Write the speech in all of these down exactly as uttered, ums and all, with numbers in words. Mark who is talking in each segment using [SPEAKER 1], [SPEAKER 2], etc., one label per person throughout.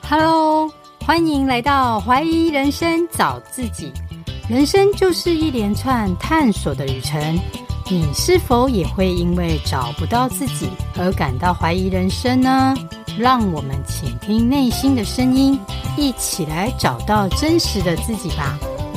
[SPEAKER 1] Hello， 欢迎来到怀疑人生找自己。人生就是一连串探索的旅程，你是否也会因为找不到自己而感到怀疑人生呢？让我们倾听内心的声音，一起来找到真实的自己吧。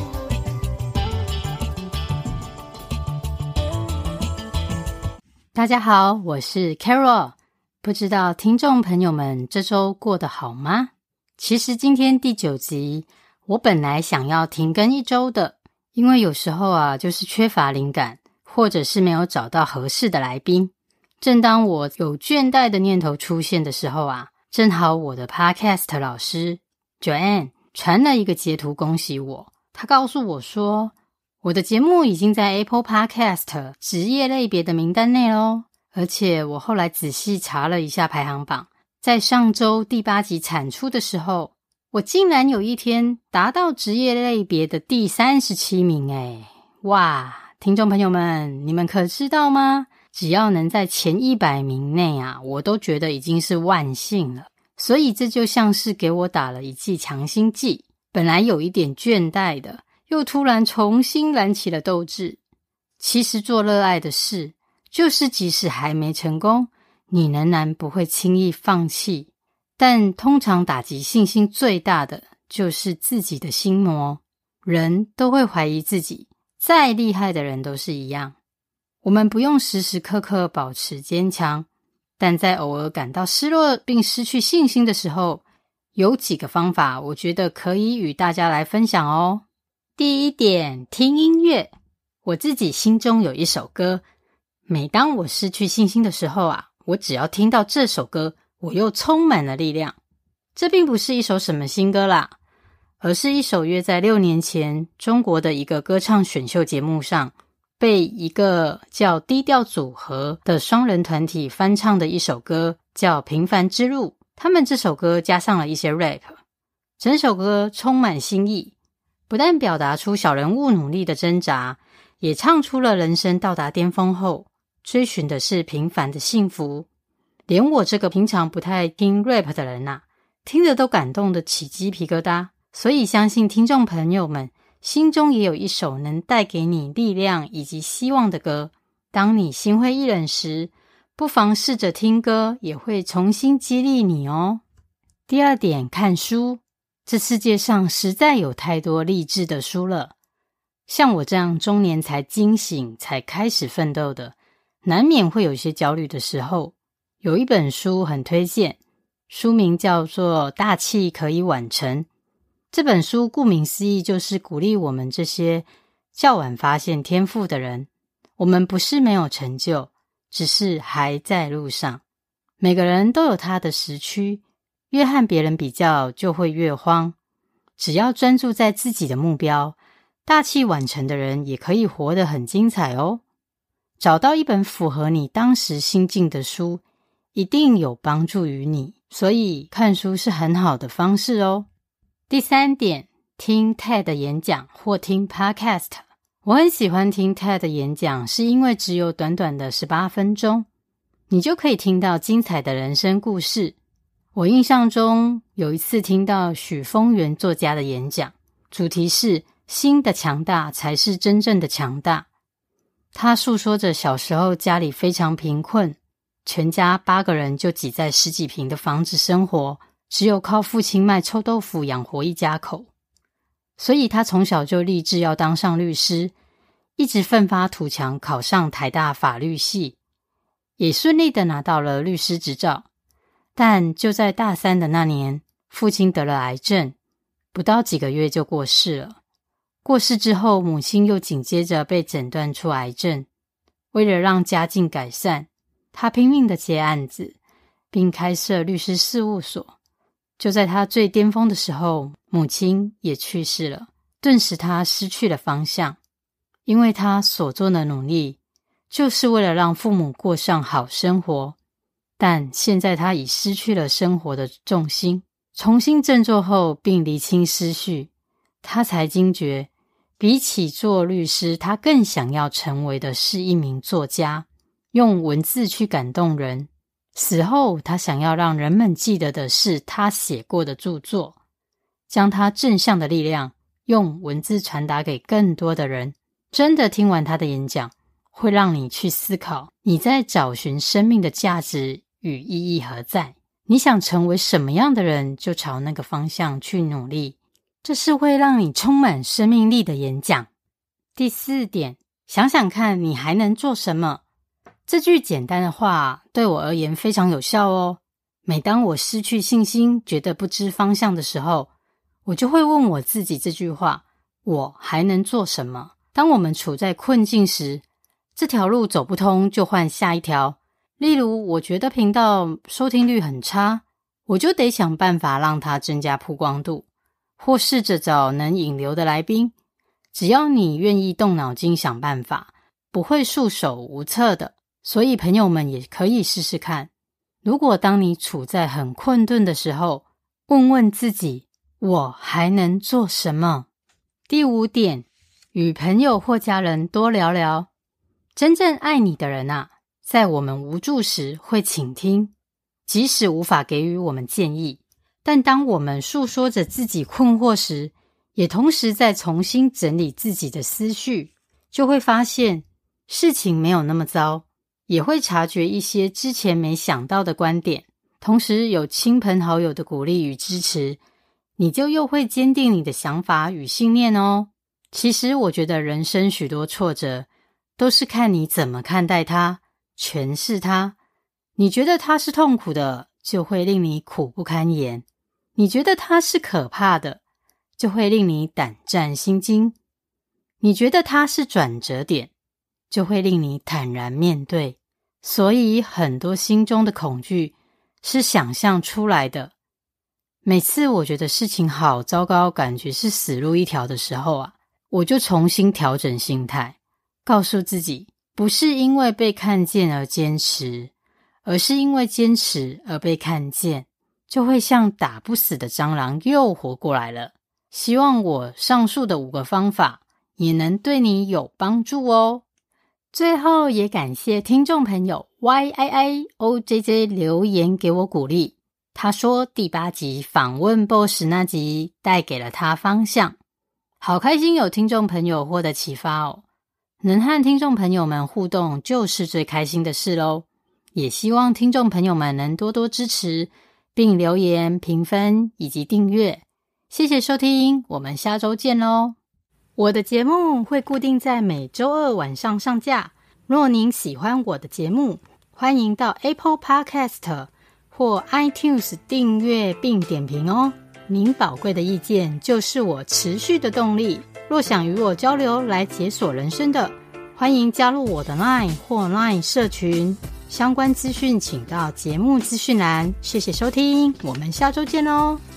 [SPEAKER 1] 大家好，我是 Carol。 不知道听众朋友们这周过得好吗？其实今天第九集我本来想要停更一周的，因为有时候啊就是缺乏灵感，或者是没有找到合适的来宾。正当我有倦怠的念头出现的时候啊，正好我的 Podcast 老师 Joanne 传了一个截图恭喜我。她告诉我说，我的节目已经在 Apple Podcast 职业类别的名单内咯，而且我后来仔细查了一下排行榜，在上周第八集产出的时候，我竟然有一天达到职业类别的第三十七名诶，哇！听众朋友们，你们可知道吗？只要能在前一百名内啊，我都觉得已经是万幸了。所以这就像是给我打了一剂强心剂，本来有一点倦怠的，又突然重新燃起了斗志。其实做热爱的事，就是即使还没成功，你仍然不会轻易放弃。但通常打击信心最大的就是自己的心魔。人都会怀疑自己，再厉害的人都是一样。我们不用时时刻刻保持坚强，但在偶尔感到失落并失去信心的时候，有几个方法我觉得可以与大家来分享哦。第一点，听音乐。我自己心中有一首歌，每当我失去信心的时候啊，我只要听到这首歌，我又充满了力量。这并不是一首什么新歌啦，而是一首约在六年前中国的一个歌唱选秀节目上被一个叫低调组合的双人团体翻唱的一首歌，叫《平凡之路》。他们这首歌加上了一些 rap， 整首歌充满新意，不但表达出小人物努力的挣扎，也唱出了人生到达巅峰后追寻的是平凡的幸福。连我这个平常不太听 rap 的人啊，听着都感动的起鸡皮疙瘩。所以相信听众朋友们心中也有一首能带给你力量以及希望的歌。当你心灰意冷时，不妨试着听歌，也会重新激励你哦。第二点，看书。这世界上实在有太多励志的书了。像我这样中年才惊醒才开始奋斗的，难免会有一些焦虑的时候。有一本书很推荐，书名叫做《大器可以晚成》。这本书顾名思义就是鼓励我们这些较晚发现天赋的人，我们不是没有成就，只是还在路上。每个人都有他的时区，越和别人比较就会越慌。只要专注在自己的目标，大器晚成的人也可以活得很精彩哦。找到一本符合你当时心境的书，一定有帮助于你，所以看书是很好的方式哦。第三点，听 TED 演讲或听 Podcast。 我很喜欢听 TED 演讲，是因为只有短短的十八分钟，你就可以听到精彩的人生故事。我印象中有一次听到许峰源作家的演讲，主题是心的强大才是真正的强大。他诉说着小时候家里非常贫困，全家八个人就挤在十几坪的房子生活，只有靠父亲卖臭豆腐养活一家口。所以他从小就立志要当上律师，一直奋发图强，考上台大法律系，也顺利的拿到了律师执照。但就在大三的那年，父亲得了癌症，不到几个月就过世了。过世之后，母亲又紧接着被诊断出癌症。为了让家境改善，他拼命的接案子，并开设律师事务所。就在他最巅峰的时候，母亲也去世了，顿时他失去了方向。因为他所做的努力，就是为了让父母过上好生活。但现在他已失去了生活的重心，重新振作后并厘清思绪，他才惊觉，比起做律师，他更想要成为的是一名作家，用文字去感动人。 死后他想要让人们记得的是他写过的著作，将他正向的力量用文字传达给更多的人。真的听完他的演讲，会让你去思考你在找寻生命的价值与意义何在。你想成为什么样的人，就朝那个方向去努力。这是会让你充满生命力的演讲。第四点，想想看你还能做什么。这句简单的话对我而言非常有效哦。每当我失去信心，觉得不知方向的时候，我就会问我自己这句话：我还能做什么？当我们处在困境时，这条路走不通就换下一条。例如，我觉得频道收听率很差，我就得想办法让它增加曝光度，或试着找能引流的来宾。只要你愿意动脑筋想办法，不会束手无策的。所以朋友们也可以试试看。如果当你处在很困顿的时候，问问自己，我还能做什么？第五点，与朋友或家人多聊聊。真正爱你的人啊，在我们无助时会倾听，即使无法给予我们建议，但当我们诉说着自己困惑时，也同时在重新整理自己的思绪，就会发现事情没有那么糟，也会察觉一些之前没想到的观点。同时有亲朋好友的鼓励与支持，你就又会坚定你的想法与信念哦。其实我觉得人生许多挫折都是看你怎么看待它，诠释它。你觉得它是痛苦的，就会令你苦不堪言；你觉得它是可怕的，就会令你胆战心惊；你觉得它是转折点，就会令你坦然面对。所以很多心中的恐惧是想象出来的。每次我觉得事情好糟糕，感觉是死路一条的时候啊，我就重新调整心态，告诉自己，不是因为被看见而坚持，而是因为坚持而被看见，就会像打不死的蟑螂又活过来了。希望我上述的五个方法也能对你有帮助哦。最后也感谢听众朋友 Y I I O J J 留言给我鼓励。他说第八集访问 Boss 那集带给了他方向，好开心有听众朋友获得启发哦。能和听众朋友们互动就是最开心的事咯。也希望听众朋友们能多多支持，并留言、评分以及订阅。谢谢收听，我们下周见咯。我的节目会固定在每周二晚上上架。若您喜欢我的节目，欢迎到 Apple Podcast 或 iTunes 订阅并点评哦。您宝贵的意见就是我持续的动力。若想与我交流来解锁人生的，欢迎加入我的 LINE 或 LINE 社群。相关资讯请到节目资讯栏。谢谢收听，我们下周见咯。